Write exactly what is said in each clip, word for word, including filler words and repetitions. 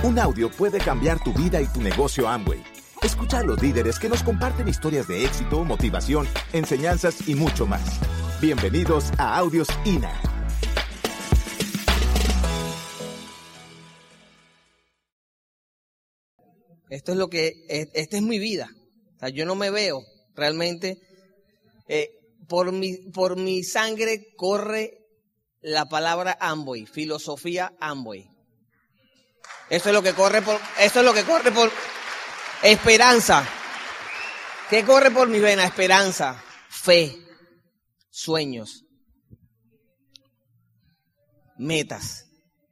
Un audio puede cambiar tu vida y tu negocio Amway. Escucha a los líderes que nos comparten historias de éxito, motivación, enseñanzas y mucho más. Bienvenidos a Audios I N A. Esto es lo que, esta es mi vida. O sea, yo no me veo realmente, eh, por mi, por mi sangre corre la palabra Amway, filosofía Amway. Eso es lo que corre por, eso es lo que corre por esperanza. ¿Qué corre por mi vena? Esperanza, fe, sueños, metas,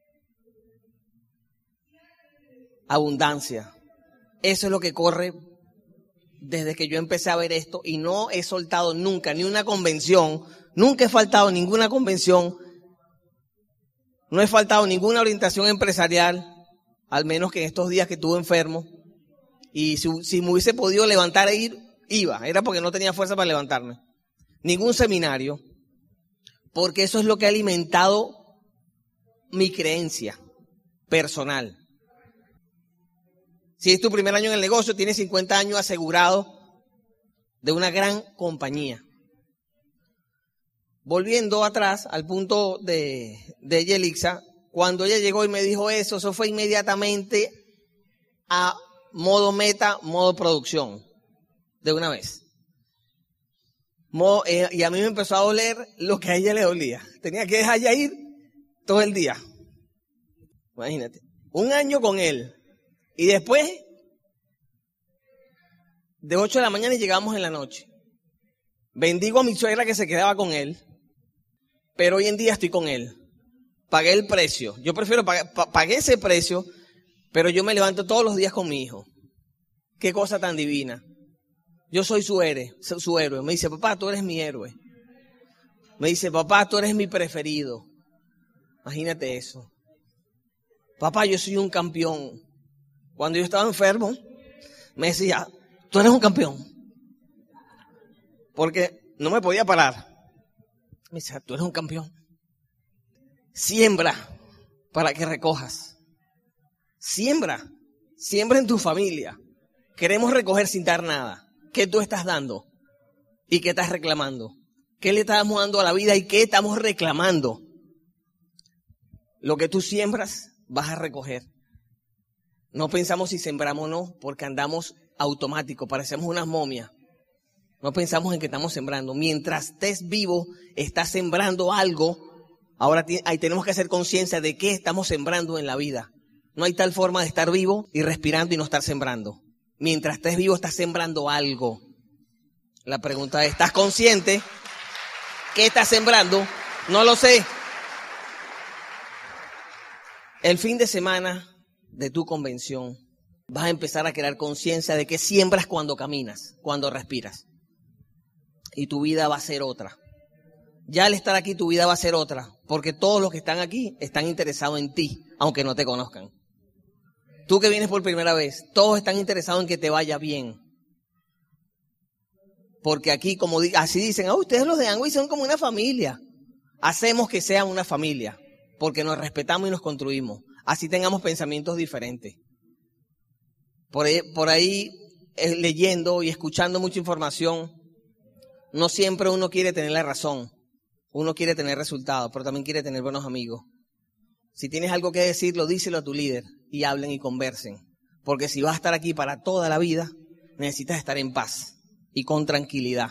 abundancia. Eso es lo que corre desde que yo empecé a ver esto y no he soltado nunca ni una convención, nunca he faltado ninguna convención, no he faltado ninguna orientación empresarial, al menos que en estos días que estuve enfermo. Y si, si me hubiese podido levantar e ir, iba, era porque no tenía fuerza para levantarme. Ningún seminario, porque eso es lo que ha alimentado mi creencia personal. Si es tu primer año en el negocio, tienes cincuenta años asegurado de una gran compañía. Volviendo atrás al punto de, de Yelixa, cuando ella llegó y me dijo eso, eso fue inmediatamente a modo meta, modo producción, de una vez. Modo, eh, y a mí me empezó a doler lo que a ella le dolía. Tenía que dejarla ir todo el día. Imagínate, un año con él. Y después, de ocho de la mañana y llegamos en la noche. Bendigo a mi suegra que se quedaba con él, pero hoy en día estoy con él. Pagué el precio. Yo prefiero pagar, pagué ese precio, pero yo me levanto todos los días con mi hijo. Qué cosa tan divina. Yo soy su héroe, su héroe. Me dice, papá, tú eres mi héroe. Me dice, papá, tú eres mi preferido. Imagínate eso. Papá, yo soy un campeón. Cuando yo estaba enfermo, me decía, tú eres un campeón. Porque no me podía parar. Me decía, tú eres un campeón. Siembra para que recojas. Siembra. Siembra en tu familia. Queremos recoger sin dar nada. ¿Qué tú estás dando? ¿Y qué estás reclamando? ¿Qué le estamos dando a la vida y qué estamos reclamando? Lo que tú siembras, vas a recoger. No pensamos si sembramos o no, porque andamos automático, parecemos unas momias. No pensamos en que estamos sembrando. Mientras estés vivo, estás sembrando algo. Ahora t- ahí tenemos que hacer conciencia de qué estamos sembrando en la vida. No hay tal forma de estar vivo y respirando y no estar sembrando. Mientras estés vivo, estás sembrando algo. La pregunta es, ¿estás consciente? ¿Qué estás sembrando? No lo sé. El fin de semana de tu convención, vas a empezar a crear conciencia de que siembras cuando caminas, cuando respiras. Y tu vida va a ser otra. Ya al estar aquí, tu vida va a ser otra. Porque todos los que están aquí están interesados en ti, aunque no te conozcan. Tú que vienes por primera vez, todos están interesados en que te vaya bien. Porque aquí, como así dicen, oh, ustedes los de Amway son como una familia. Hacemos que sean una familia, porque nos respetamos y nos construimos. Así tengamos pensamientos diferentes. Por ahí, por ahí eh, leyendo y escuchando mucha información, no siempre uno quiere tener la razón. Uno quiere tener resultados, pero también quiere tener buenos amigos. Si tienes algo que decirlo, díselo a tu líder y hablen y conversen. Porque si vas a estar aquí para toda la vida, necesitas estar en paz y con tranquilidad.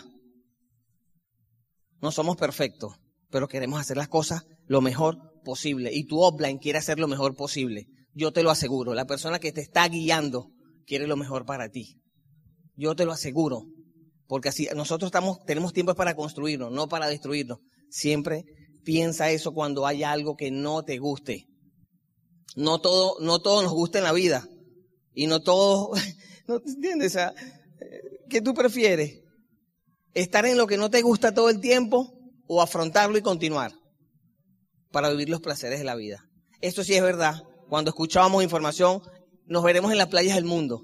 No somos perfectos, pero queremos hacer las cosas lo mejor posible. Y tu offline quiere hacer lo mejor posible. Yo te lo aseguro. La persona que te está guiando quiere lo mejor para ti. Yo te lo aseguro. Porque así nosotros estamos, tenemos tiempo para construirnos, no para destruirnos. Siempre piensa eso cuando haya algo que no te guste. No todo, no todo nos gusta en la vida. Y no todo, ¿no te entiendes? O sea, ¿qué tú prefieres? ¿Estar en lo que no te gusta todo el tiempo o afrontarlo y continuar para vivir los placeres de la vida? Esto sí es verdad. Cuando escuchábamos información, nos veremos en las playas del mundo.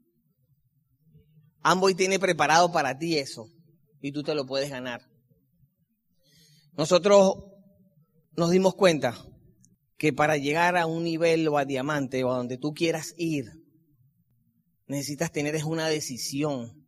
Amway tiene preparado para ti eso y tú te lo puedes ganar. Nosotros nos dimos cuenta que para llegar a un nivel o a diamante o a donde tú quieras ir, necesitas tener es una decisión.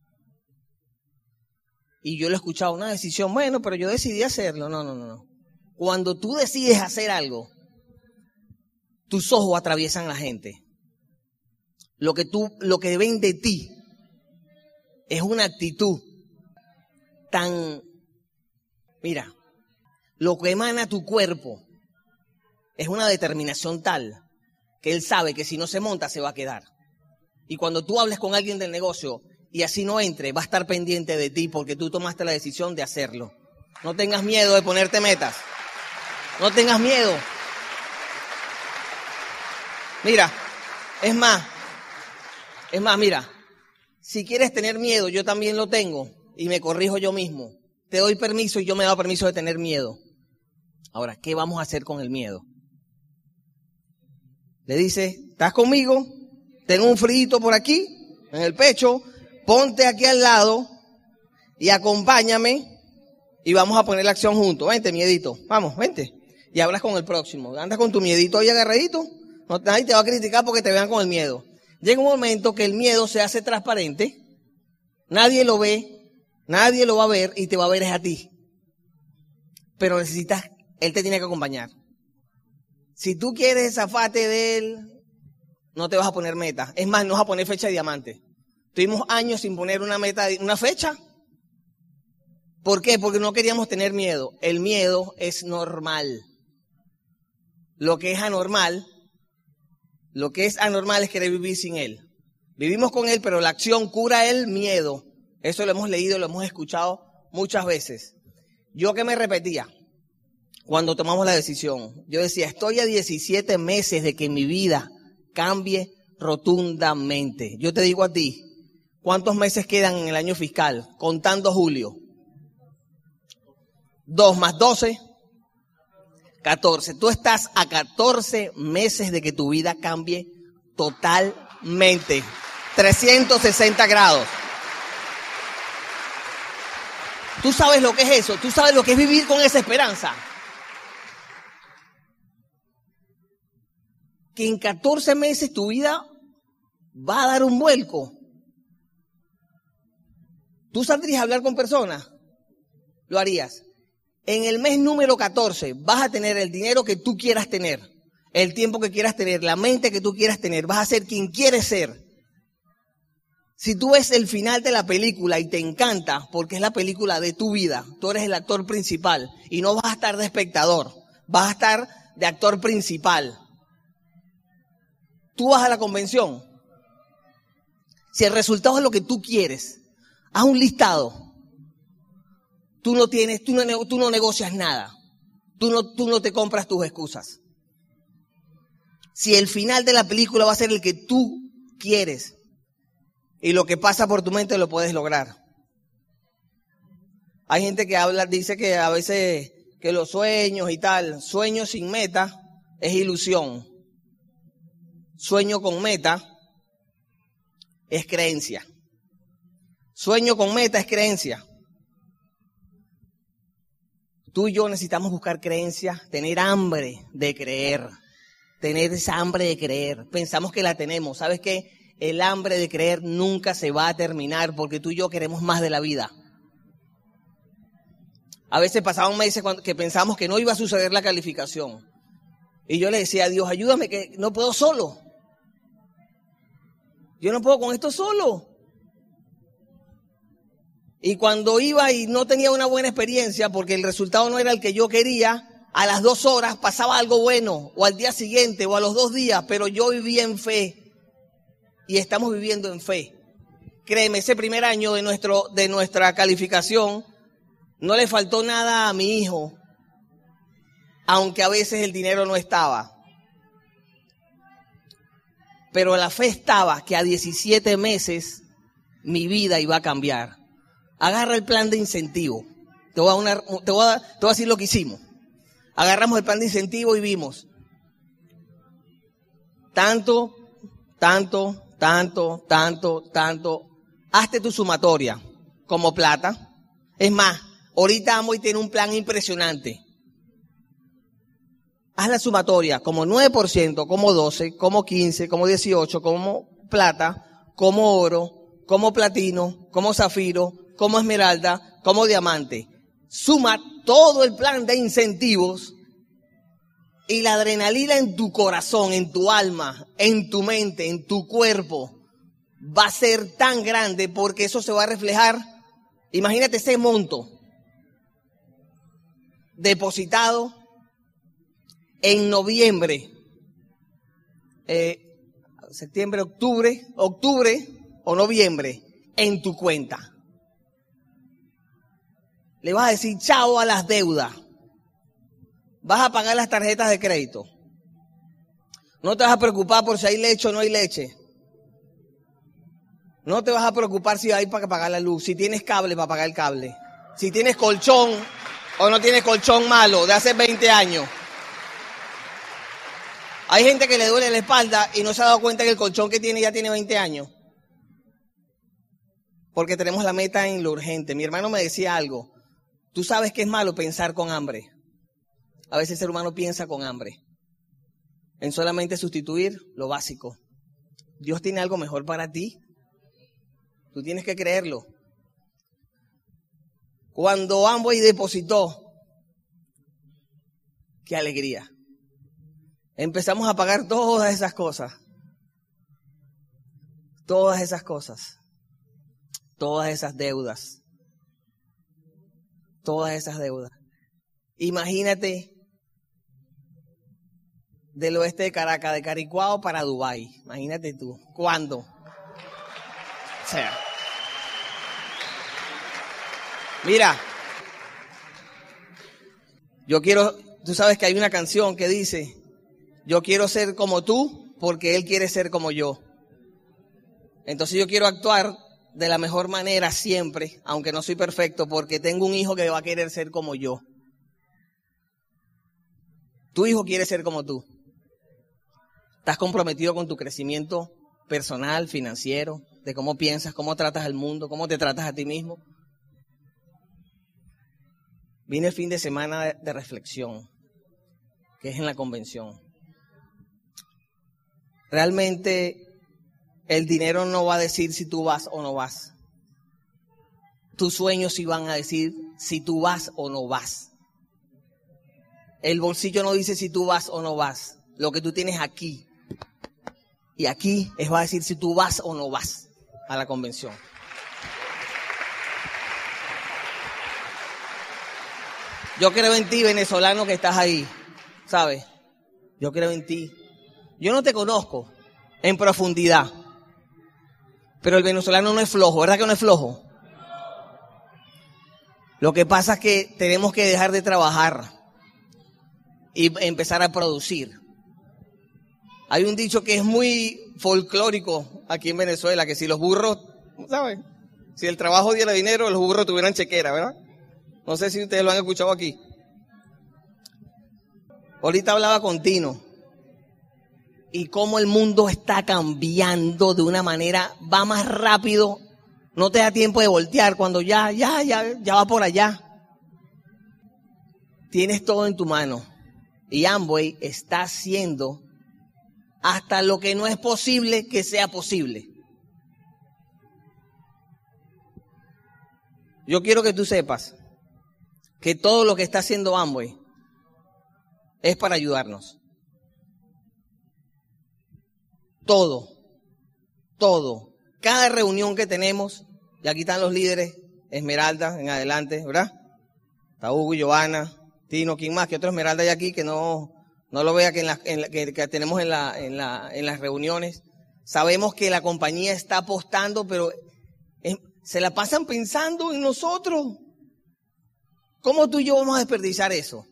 Y yo lo he escuchado, una decisión, bueno, pero yo decidí hacerlo. No, no, no, no. Cuando tú decides hacer algo, tus ojos atraviesan a la gente. Lo que tú, lo que ven de ti es una actitud tan, mira, lo que emana tu cuerpo es una determinación tal que él sabe que si no se monta se va a quedar. Y cuando tú hables con alguien del negocio y así no entre, va a estar pendiente de ti porque tú tomaste la decisión de hacerlo. No tengas miedo de ponerte metas. No tengas miedo. Mira, es más, es más, mira, si quieres tener miedo, yo también lo tengo y me corrijo yo mismo. Te doy permiso y yo me doy permiso de tener miedo. Ahora, ¿qué vamos a hacer con el miedo? Le dice, ¿estás conmigo? Tengo un frío por aquí, en el pecho, ponte aquí al lado y acompáñame y vamos a poner la acción juntos. Vente, miedito, vamos, vente. Y hablas con el próximo. Andas con tu miedito ahí agarradito, no, nadie te va a criticar porque te vean con el miedo. Llega un momento que el miedo se hace transparente, nadie lo ve, nadie lo va a ver y te va a ver es a ti. Pero necesitas, él te tiene que acompañar. Si tú quieres zafarte de él, no te vas a poner meta. Es más, no vas a poner fecha de diamante. Tuvimos años sin poner una meta, una fecha. ¿Por qué? Porque no queríamos tener miedo. El miedo es normal. Lo que es anormal, lo que es anormal es querer vivir sin él. Vivimos con él, pero la acción cura el miedo. Eso lo hemos leído, lo hemos escuchado muchas veces. Yo que me repetía cuando tomamos la decisión, yo decía, estoy a diecisiete meses de que mi vida cambie rotundamente. Yo te digo a ti, ¿cuántos meses quedan en el año fiscal? Contando julio. Dos más doce, catorce. Tú estás a catorce meses de que tu vida cambie totalmente. trescientos sesenta grados. ¿Tú sabes lo que es eso? ¿Tú sabes lo que es vivir con esa esperanza? Que en catorce meses tu vida va a dar un vuelco. ¿Tú saldrías a hablar con personas? Lo harías. En el mes número catorce vas a tener el dinero que tú quieras tener, el tiempo que quieras tener, la mente que tú quieras tener. Vas a ser quien quieres ser. Si tú ves el final de la película y te encanta, porque es la película de tu vida, tú eres el actor principal y no vas a estar de espectador, vas a estar de actor principal. Tú vas a la convención. Si el resultado es lo que tú quieres, haz un listado. Tú no tienes, tú no, tú no negocias nada. Tú no, tú no te compras tus excusas. Si el final de la película va a ser el que tú quieres y lo que pasa por tu mente lo puedes lograr. Hay gente que habla, dice que a veces que los sueños y tal, sueños sin meta es ilusión. Sueño con meta es creencia. Sueño con meta es creencia. Tú y yo necesitamos buscar creencia, tener hambre de creer, tener esa hambre de creer. Pensamos que la tenemos. ¿Sabes qué? El hambre de creer nunca se va a terminar porque tú y yo queremos más de la vida. A veces pasaban meses cuando, que pensamos que no iba a suceder la calificación. Y yo le decía a Dios, ayúdame que no puedo solo. Yo no puedo con esto solo. Y cuando iba y no tenía una buena experiencia porque el resultado no era el que yo quería, a las dos horas pasaba algo bueno, o al día siguiente, o a los dos días, pero yo vivía en fe. Y estamos viviendo en fe. Créeme, ese primer año de, nuestro, de nuestra calificación, no le faltó nada a mi hijo, aunque a veces el dinero no estaba. Pero la fe estaba que a diecisiete meses mi vida iba a cambiar. Agarra el plan de incentivo. Te voy a, una, te voy a, te voy a decir lo que hicimos. Agarramos el plan de incentivo y vimos tanto, tanto, tanto, tanto, tanto. Hazte tu sumatoria como plata. Es más, ahorita Amway tiene un plan impresionante. haz la sumatoria, como nueve por ciento, como doce, como quince, como dieciocho, como plata, como oro, como platino, como zafiro, como esmeralda, como diamante. Suma todo el plan de incentivos y la adrenalina en tu corazón, en tu alma, en tu mente, en tu cuerpo va a ser tan grande porque eso se va a reflejar. Imagínate ese monto depositado en noviembre, eh, septiembre, octubre, octubre o noviembre en tu cuenta. Le vas a decir chao a las deudas. Vas a pagar las tarjetas de crédito. No te vas a preocupar por si hay leche o no hay leche. No te vas a preocupar si hay para pagar la luz, si tienes cable para pagar el cable, si tienes colchón o no tienes colchón malo de hace veinte años. Hay gente que le duele la espalda y no se ha dado cuenta que el colchón que tiene ya tiene veinte años. Porque tenemos la meta en lo urgente. Mi hermano me decía algo. Tú sabes que es malo pensar con hambre. A veces el ser humano piensa con hambre. En solamente sustituir lo básico. Dios tiene algo mejor para ti. Tú tienes que creerlo. Cuando Amway depositó, qué alegría. Empezamos a pagar todas esas cosas. Todas esas cosas. Todas esas deudas. Todas esas deudas. Imagínate del oeste de Caracas, de Caricuao para Dubái. Imagínate tú. ¿Cuándo? O sea. Mira. Yo quiero, tú sabes que hay una canción que dice, yo quiero ser como tú porque él quiere ser como yo. Entonces yo quiero actuar de la mejor manera siempre, aunque no soy perfecto, porque tengo un hijo que va a querer ser como yo. Tu hijo quiere ser como tú. ¿Estás comprometido con tu crecimiento personal, financiero, de cómo piensas, cómo tratas al mundo, cómo te tratas a ti mismo? Viene el fin de semana de, de reflexión, que es en la convención. Realmente el dinero no va a decir si tú vas o no vas. Tus sueños sí van a decir si tú vas o no vas. El bolsillo no dice si tú vas o no vas. Lo que tú tienes aquí y aquí es va a decir si tú vas o no vas a la convención. Yo creo en ti, venezolano, que estás ahí, ¿sabes? Yo creo en ti. Yo no te conozco en profundidad, pero el venezolano no es flojo, ¿verdad que no es flojo? Lo que pasa es que tenemos que dejar de trabajar y empezar a producir. Hay un dicho que es muy folclórico aquí en Venezuela, que si los burros, ¿sabes? Si el trabajo diera dinero, los burros tuvieran chequera, ¿verdad? No sé si ustedes lo han escuchado aquí. Ahorita hablaba con Tino y cómo el mundo está cambiando de una manera, va más rápido, no te da tiempo de voltear cuando ya, ya, ya, ya va por allá. Tienes todo en tu mano y Amway está haciendo hasta lo que no es posible que sea posible. Yo quiero que tú sepas que todo lo que está haciendo Amway es para ayudarnos. Todo, todo, cada reunión que tenemos, y aquí están los líderes, Esmeralda en adelante, ¿verdad? Está Hugo y Giovanna, Tino, ¿quién más? ¿Qué otro Esmeralda hay aquí que no, no lo vea que, en la, en la, que, que tenemos en, la, en, la, en las reuniones? Sabemos que la compañía está apostando, pero es, se la pasan pensando en nosotros. ¿Cómo tú y yo vamos a desperdiciar eso?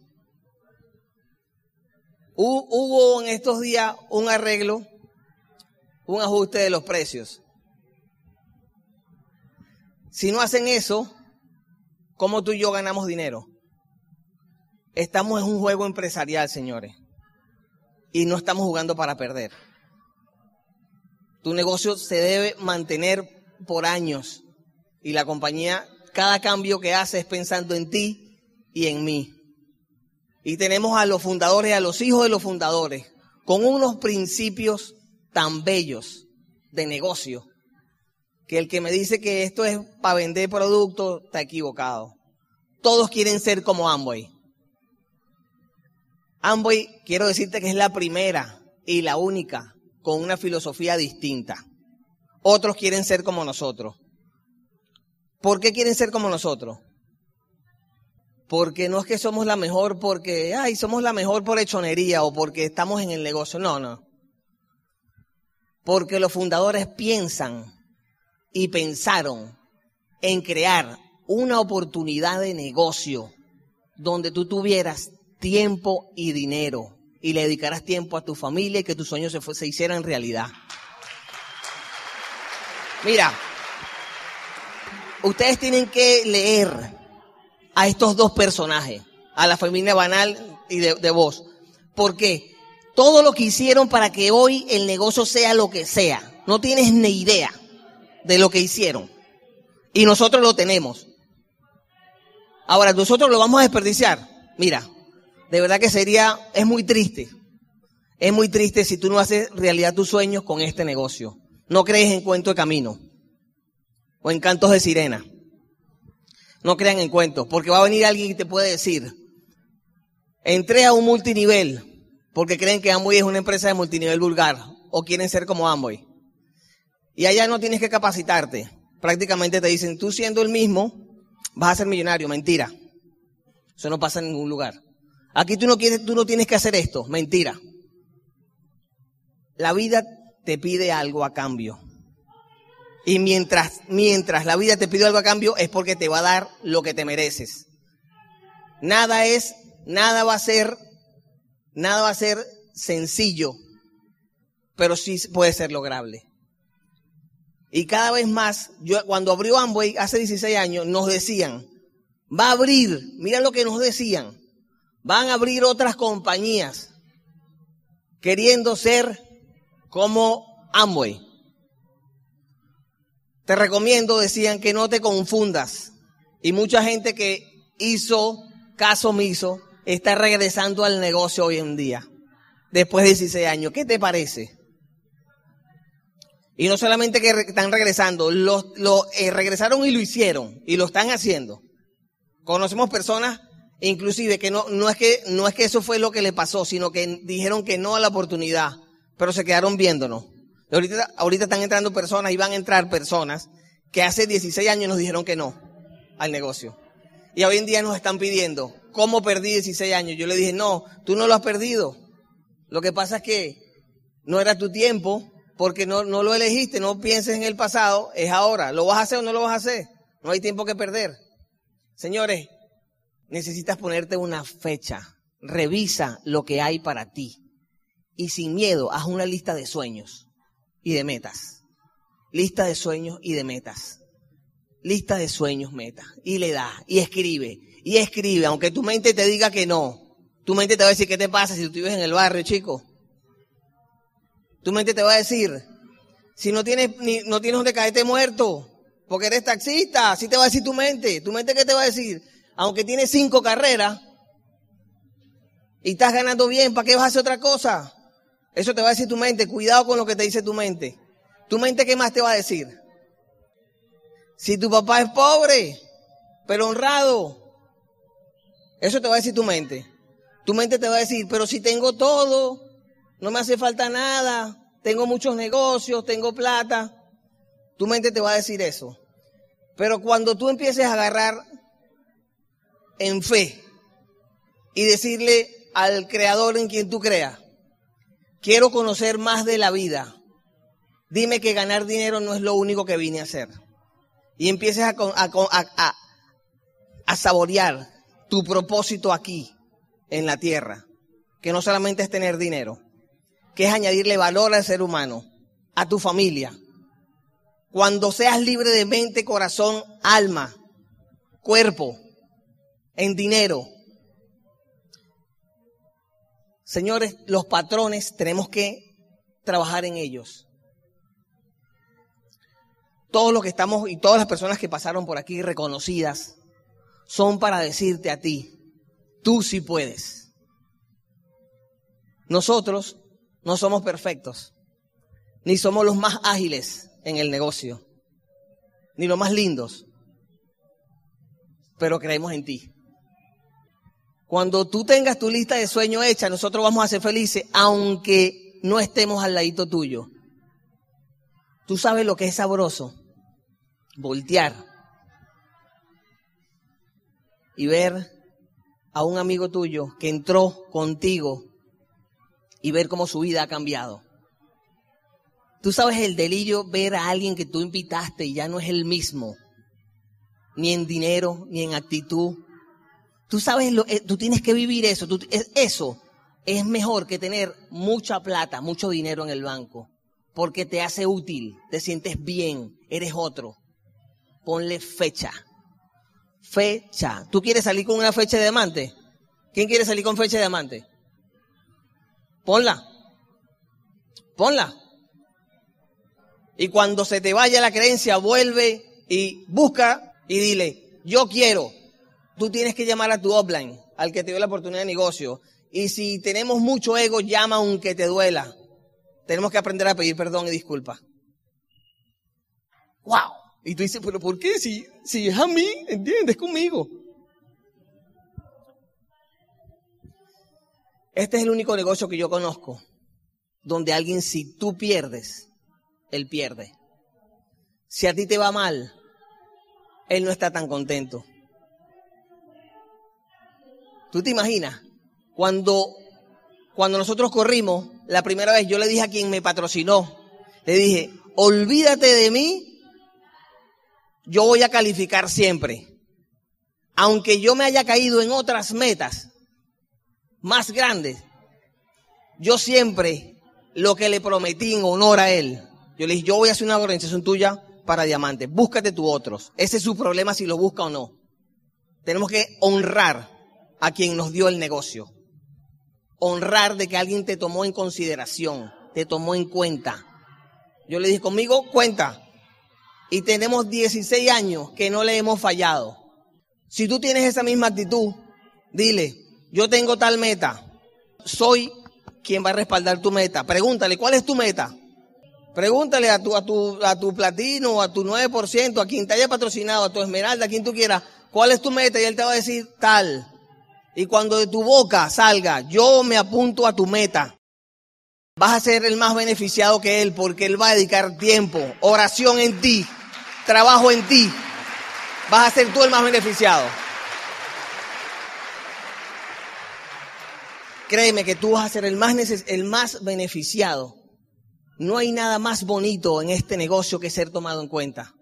Hubo en estos días un arreglo, un ajuste de los precios. Si no hacen eso, ¿cómo tú y yo ganamos dinero? Estamos en un juego empresarial, señores, y no estamos jugando para perder. Tu negocio se debe mantener por años y la compañía, cada cambio que hace es pensando en ti y en mí. Y tenemos a los fundadores, a los hijos de los fundadores, con unos principios tan bellos de negocio, que el que me dice que esto es para vender productos está equivocado. Todos quieren ser como Amway. Amway, quiero decirte que es la primera y la única con una filosofía distinta. Otros quieren ser como nosotros. ¿Por qué quieren ser como nosotros? Porque no es que somos la mejor porque, ay, somos la mejor por hechonería o porque estamos en el negocio. No, no. Porque los fundadores piensan y pensaron en crear una oportunidad de negocio donde tú tuvieras tiempo y dinero y le dedicaras tiempo a tu familia y que tus sueños se, se hicieran realidad. Mira, ustedes tienen que leer a estos dos personajes, a la familia Banal y de, de Vos. ¿Por qué? Todo lo que hicieron para que hoy el negocio sea lo que sea. No tienes ni idea de lo que hicieron. Y nosotros lo tenemos. Ahora, nosotros lo vamos a desperdiciar. Mira, de verdad que sería, es muy triste. Es muy triste si tú no haces realidad tus sueños con este negocio. No crees en cuento de camino o en cantos de sirena. No crean en cuentos, porque va a venir alguien y te puede decir, entré a un multinivel, porque creen que Amway es una empresa de multinivel vulgar, o quieren ser como Amway. Y allá no tienes que capacitarte. Prácticamente te dicen, tú siendo el mismo, vas a ser millonario. Mentira. Eso no pasa en ningún lugar. Aquí tú no quieres, tú no tienes que hacer esto. Mentira. La vida te pide algo a cambio. Y mientras, mientras la vida te pide algo a cambio, es porque te va a dar lo que te mereces. Nada es, nada va a ser, nada va a ser sencillo, pero sí puede ser lograble. Y cada vez más, yo cuando abrió Amway hace dieciséis años, nos decían, va a abrir, mira lo que nos decían, van a abrir otras compañías queriendo ser como Amway. Te recomiendo, decían, que no te confundas. Y mucha gente que hizo caso omiso está regresando al negocio hoy en día, después de dieciséis años. ¿Qué te parece? Y no solamente que están regresando, lo, lo eh, regresaron y lo hicieron, y lo están haciendo. Conocemos personas, inclusive, que no, no es que, no es que eso fue lo que le pasó, sino que dijeron que no a la oportunidad, pero se quedaron viéndonos. Ahorita, ahorita están entrando personas y van a entrar personas que hace dieciséis años nos dijeron que no al negocio. Y hoy en día nos están pidiendo, ¿cómo perdí dieciséis años? Yo le dije, no, tú no lo has perdido. Lo que pasa es que no era tu tiempo, porque no, no lo elegiste, no pienses en el pasado, es ahora. ¿Lo vas a hacer o no lo vas a hacer? No hay tiempo que perder. Señores, necesitas ponerte una fecha. Revisa lo que hay para ti. Y sin miedo, haz una lista de sueños y de metas. Lista de sueños y de metas. Lista de sueños, metas. Y le das, y escribe, y escribe, aunque tu mente te diga que no. Tu mente te va a decir, ¿qué te pasa si tú vives en el barrio, chico? Tu mente te va a decir, si no tienes ni, no tienes donde caerte muerto, porque eres taxista, así te va a decir tu mente. ¿Tu mente qué te va a decir? Aunque tienes cinco carreras y estás ganando bien, ¿para qué vas a hacer otra cosa? Eso te va a decir tu mente. Cuidado con lo que te dice tu mente. ¿Tu mente qué más te va a decir? Si tu papá es pobre, pero honrado, eso te va a decir tu mente. Tu mente te va a decir, pero si tengo todo, no me hace falta nada, tengo muchos negocios, tengo plata. Tu mente te va a decir eso. Pero cuando tú empieces a agarrar en fe y decirle al creador en quien tú creas, quiero conocer más de la vida, dime que ganar dinero no es lo único que vine a hacer. Y empieces a, a, a, a saborear tu propósito aquí, en la tierra, que no solamente es tener dinero, que es añadirle valor al ser humano, a tu familia. Cuando seas libre de mente, corazón, alma, cuerpo, en dinero. Señores, los patrones tenemos que trabajar en ellos. Todos los que estamos y todas las personas que pasaron por aquí reconocidas son para decirte a ti, tú sí puedes. Nosotros no somos perfectos, ni somos los más ágiles en el negocio, ni los más lindos, pero creemos en ti. Cuando tú tengas tu lista de sueños hecha, nosotros vamos a ser felices, aunque no estemos al ladito tuyo. Tú sabes lo que es sabroso, voltear y ver a un amigo tuyo que entró contigo y ver cómo su vida ha cambiado. Tú sabes el delirio ver a alguien que tú invitaste y ya no es el mismo, ni en dinero, ni en actitud. Tú sabes, lo, tú tienes que vivir eso. Tú, eso es mejor que tener mucha plata, mucho dinero en el banco, porque te hace útil, te sientes bien, eres otro. Ponle fecha. Fecha. ¿Tú quieres salir con una fecha de diamante? ¿Quién quiere salir con fecha de diamante? Ponla. Ponla. Y cuando se te vaya la creencia, vuelve y busca y dile, yo quiero. Tú tienes que llamar a tu upline, al que te dio la oportunidad de negocio. Y si tenemos mucho ego, llama aunque te duela. Tenemos que aprender a pedir perdón y disculpas. ¡Wow! Y tú dices, ¿pero por qué? Si, si es a mí, ¿entiendes? Conmigo. Este es el único negocio que yo conozco donde alguien, si tú pierdes, él pierde. Si a ti te va mal, él no está tan contento. ¿Tú te imaginas? Cuando, cuando nosotros corrimos, la primera vez yo le dije a quien me patrocinó, le dije, olvídate de mí, yo voy a calificar siempre. Aunque yo me haya caído en otras metas más grandes, yo siempre lo que le prometí en honor a él, yo le dije, yo voy a hacer una organización tuya para diamantes, búscate tú otros. Ese es su problema si lo busca o no. Tenemos que honrar a quien nos dio el negocio. Honrar de que alguien te tomó en consideración, te tomó en cuenta. Yo le dije, conmigo cuenta. Y tenemos dieciséis años que no le hemos fallado. Si tú tienes esa misma actitud, dile, yo tengo tal meta. Soy quien va a respaldar tu meta. Pregúntale, ¿cuál es tu meta? Pregúntale a tu, a tu, a tu platino, a tu nueve por ciento, a quien te haya patrocinado, a tu esmeralda, a quien tú quieras. ¿Cuál es tu meta? Y él te va a decir tal. Y cuando de tu boca salga, yo me apunto a tu meta, vas a ser el más beneficiado que él, porque él va a dedicar tiempo, oración en ti, trabajo en ti. Vas a ser tú el más beneficiado. Créeme que tú vas a ser el más, neces- el más beneficiado. No hay nada más bonito en este negocio que ser tomado en cuenta.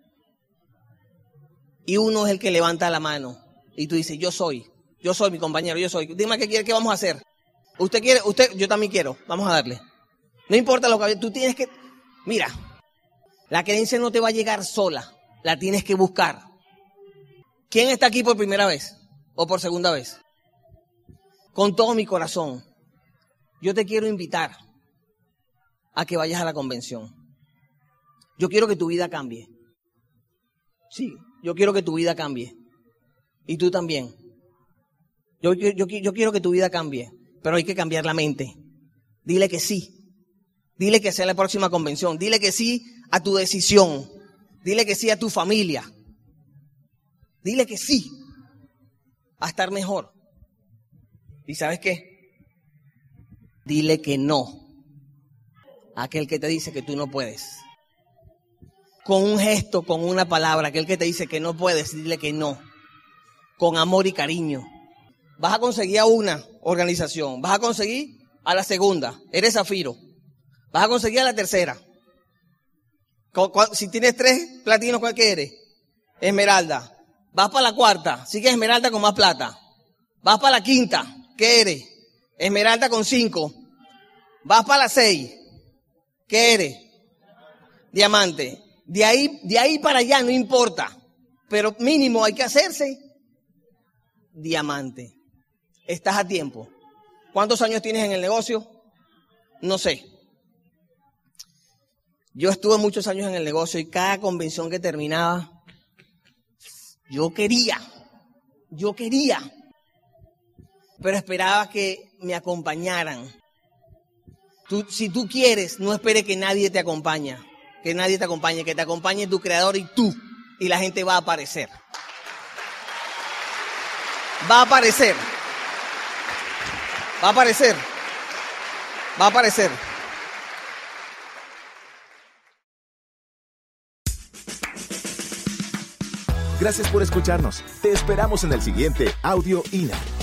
Y uno es el que levanta la mano y tú dices, yo soy. Yo soy mi compañero, yo soy. Dime qué quiere, qué vamos a hacer. Usted quiere, usted, yo también quiero. Vamos a darle. No importa lo que tú tienes que. Mira, la creencia no te va a llegar sola. La tienes que buscar. ¿Quién está aquí por primera vez o por segunda vez? Con todo mi corazón, yo te quiero invitar a que vayas a la convención. Yo quiero que tu vida cambie. Sí, yo quiero que tu vida cambie. Y tú también. Yo, yo, yo, yo quiero que tu vida cambie, pero hay que cambiar la mente. Dile que sí. Dile que sea la próxima convención. Dile que sí a tu decisión. Dile que sí a tu familia. Dile que sí a estar mejor. ¿Y sabes qué? Dile que no a aquel que te dice que tú no puedes. Con un gesto, con una palabra, aquel que te dice que no puedes, dile que no. Con amor y cariño. Vas a conseguir a una organización, vas a conseguir a la segunda, eres zafiro, vas a conseguir a la tercera. Si tienes tres platinos, ¿cuál que eres? Esmeralda. Vas para la cuarta, sigue esmeralda con más plata. Vas para la quinta, ¿qué eres? Esmeralda con cinco. Vas para la seis, ¿qué eres? Diamante. De ahí, de ahí para allá no importa, pero mínimo hay que hacerse diamante. Estás a tiempo. ¿Cuántos años tienes en el negocio? No sé. Yo estuve muchos años en el negocio y cada convención que terminaba, yo quería, yo quería, pero esperaba que me acompañaran Tú, si tú quieres, no esperes que nadie te acompañe, que nadie te acompañe, que te acompañe tu creador y tú, y la gente va a aparecer. Va a aparecer. Va a aparecer. Va a aparecer. Gracias por escucharnos. Te esperamos en el siguiente Audio I N A.